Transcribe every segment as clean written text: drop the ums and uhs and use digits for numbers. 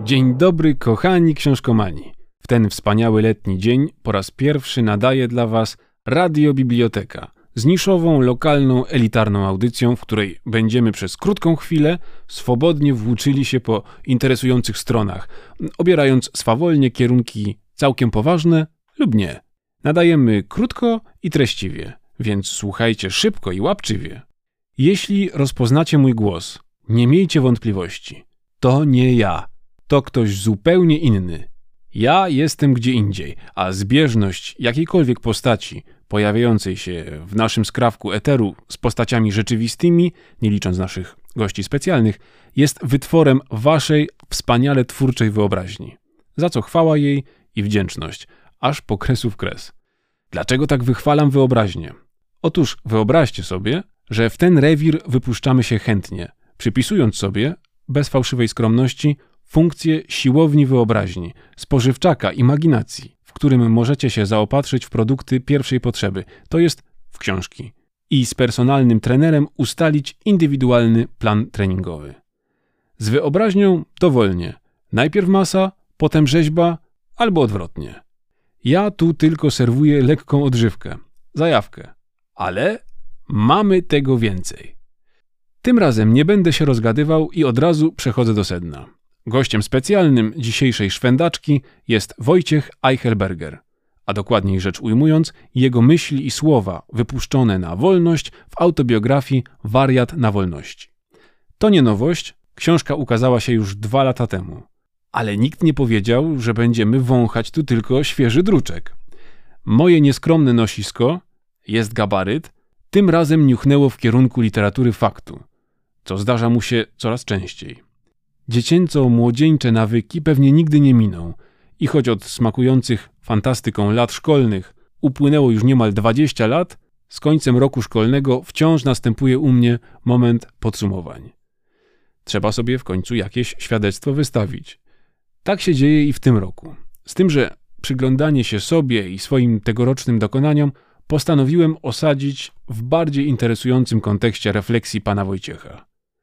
Dzień dobry, kochani książkomani. W ten wspaniały letni dzień po raz pierwszy nadaję dla Was Radio Biblioteka z niszową, lokalną, elitarną audycją, w której będziemy przez krótką chwilę swobodnie włóczyli się po interesujących stronach, obierając swawolnie kierunki całkiem poważne lub nie. Nadajemy krótko i treściwie, więc słuchajcie szybko i łapczywie. Jeśli rozpoznacie mój głos, nie miejcie wątpliwości. To nie ja. To ktoś zupełnie inny. Ja jestem gdzie indziej, a zbieżność jakiejkolwiek postaci pojawiającej się w naszym skrawku eteru z postaciami rzeczywistymi, nie licząc naszych gości specjalnych, jest wytworem waszej wspaniale twórczej wyobraźni. Za co chwała jej i wdzięczność, aż po kresów kres. Dlaczego tak wychwalam wyobraźnię? Otóż wyobraźcie sobie, że w ten rewir wypuszczamy się chętnie, przypisując sobie, bez fałszywej skromności, funkcję siłowni wyobraźni, spożywczaka imaginacji, w którym możecie się zaopatrzyć w produkty pierwszej potrzeby, to jest w książki, i z personalnym trenerem ustalić indywidualny plan treningowy. Z wyobraźnią dowolnie. Najpierw masa, potem rzeźba, albo odwrotnie. Ja tu tylko serwuję lekką odżywkę, zajawkę, ale mamy tego więcej. Tym razem nie będę się rozgadywał i od razu przechodzę do sedna. Gościem specjalnym dzisiejszej szwędaczki jest Wojciech Eichelberger, a dokładniej rzecz ujmując, jego myśli i słowa wypuszczone na wolność w autobiografii Wariat na wolności. To nie nowość, książka ukazała się już 2 lata temu, ale nikt nie powiedział, że będziemy wąchać tu tylko świeży druczek. Moje nieskromne nosisko, jest gabaryt, tym razem niuchnęło w kierunku literatury faktu, co zdarza mu się coraz częściej. Dziecięco-młodzieńcze nawyki pewnie nigdy nie miną i choć od smakujących fantastyką lat szkolnych upłynęło już niemal 20 lat, z końcem roku szkolnego wciąż następuje u mnie moment podsumowań. Trzeba sobie w końcu jakieś świadectwo wystawić. Tak się dzieje i w tym roku. Z tym, że przyglądanie się sobie i swoim tegorocznym dokonaniom postanowiłem osadzić w bardziej interesującym kontekście refleksji pana Wojciecha.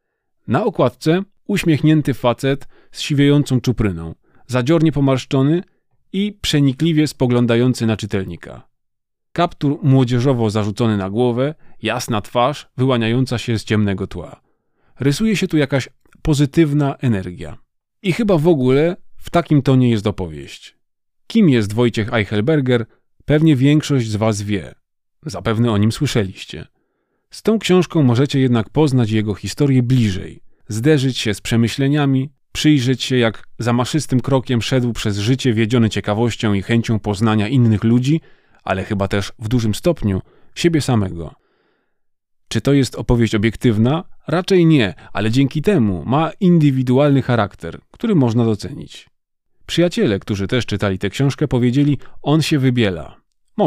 Na okładce uśmiechnięty facet z siwiejącą czupryną, zadziornie pomarszczony i przenikliwie spoglądający na czytelnika. Kaptur młodzieżowo zarzucony na głowę, jasna twarz wyłaniająca się z ciemnego tła. Rysuje się tu jakaś pozytywna energia. I chyba w ogóle w takim tonie jest opowieść. Kim jest Wojciech Eichelberger, pewnie większość z was wie. Zapewne o nim słyszeliście. Z tą książką możecie jednak poznać jego historię bliżej, zderzyć się z przemyśleniami, przyjrzeć się, jak zamaszystym krokiem szedł przez życie wiedziony ciekawością i chęcią poznania innych ludzi, ale chyba też w dużym stopniu siebie samego. Czy to jest opowieść obiektywna? Raczej nie, ale dzięki temu ma indywidualny charakter, który można docenić. Przyjaciele, którzy też czytali tę książkę, powiedzieli, on się wybiela.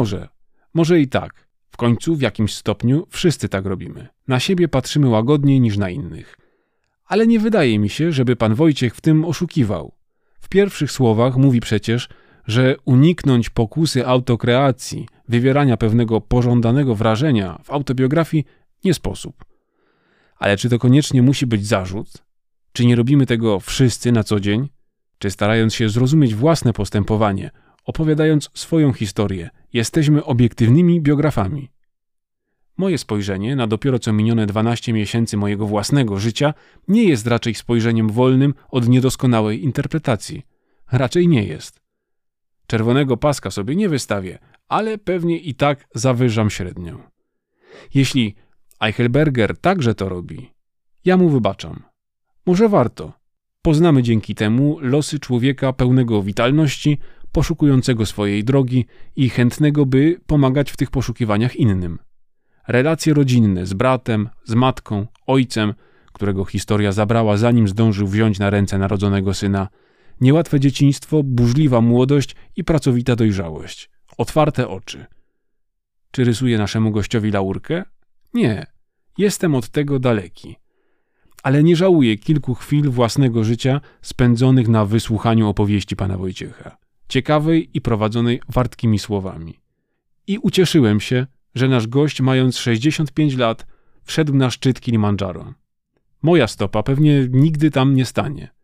Może i tak. W końcu w jakimś stopniu wszyscy tak robimy. Na siebie patrzymy łagodniej niż na innych. Ale nie wydaje mi się, żeby pan Wojciech w tym oszukiwał. W pierwszych słowach mówi przecież, że uniknąć pokusy autokreacji, wywierania pewnego pożądanego wrażenia w autobiografii nie sposób. Ale czy to koniecznie musi być zarzut? Czy nie robimy tego wszyscy na co dzień? Czy starając się zrozumieć własne postępowanie, opowiadając swoją historię, jesteśmy obiektywnymi biografami? Moje spojrzenie na dopiero co minione 12 miesięcy mojego własnego życia nie jest raczej spojrzeniem wolnym od niedoskonałej interpretacji. Raczej nie jest. Czerwonego paska sobie nie wystawię, ale pewnie i tak zawyżam średnią. Jeśli Eichelberger także to robi, ja mu wybaczam. Może warto. Poznamy dzięki temu losy człowieka pełnego witalności, poszukującego swojej drogi i chętnego, by pomagać w tych poszukiwaniach innym. Relacje rodzinne z bratem, z matką, ojcem, którego historia zabrała zanim zdążył wziąć na ręce narodzonego syna, niełatwe dzieciństwo, burzliwa młodość i pracowita dojrzałość, otwarte oczy. Czy rysuję naszemu gościowi laurkę? Nie, jestem od tego daleki. Ale nie żałuję kilku chwil własnego życia spędzonych na wysłuchaniu opowieści pana Wojciecha, ciekawej i prowadzonej wartkimi słowami. I ucieszyłem się, że nasz gość, mając 65 lat, wszedł na szczyt Kilimandżaro. Moja stopa pewnie nigdy tam nie stanie.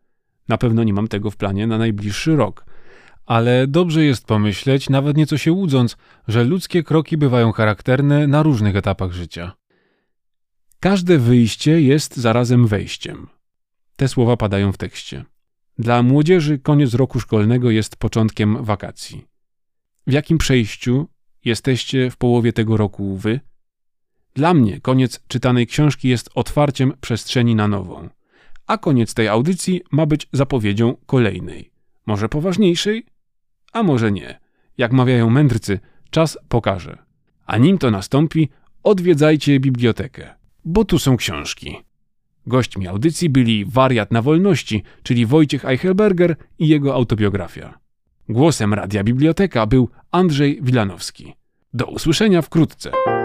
Na pewno nie mam tego w planie na najbliższy rok. Ale dobrze jest pomyśleć, nawet nieco się łudząc, że ludzkie kroki bywają charakterne na różnych etapach życia. Każde wyjście jest zarazem wejściem. Te słowa padają w tekście. Dla młodzieży koniec roku szkolnego jest początkiem wakacji. W jakim przejściu jesteście w połowie tego roku wy? Dla mnie koniec czytanej książki jest otwarciem przestrzeni na nową, a koniec tej audycji ma być zapowiedzią kolejnej. Może poważniejszej? A może nie. Jak mawiają mędrcy, czas pokaże. A nim to nastąpi, odwiedzajcie bibliotekę, bo tu są książki. Gośćmi audycji byli Wariat na wolności, czyli Wojciech Eichelberger i jego autobiografia. Głosem Radia Biblioteka był Andrzej Wilanowski. Do usłyszenia wkrótce.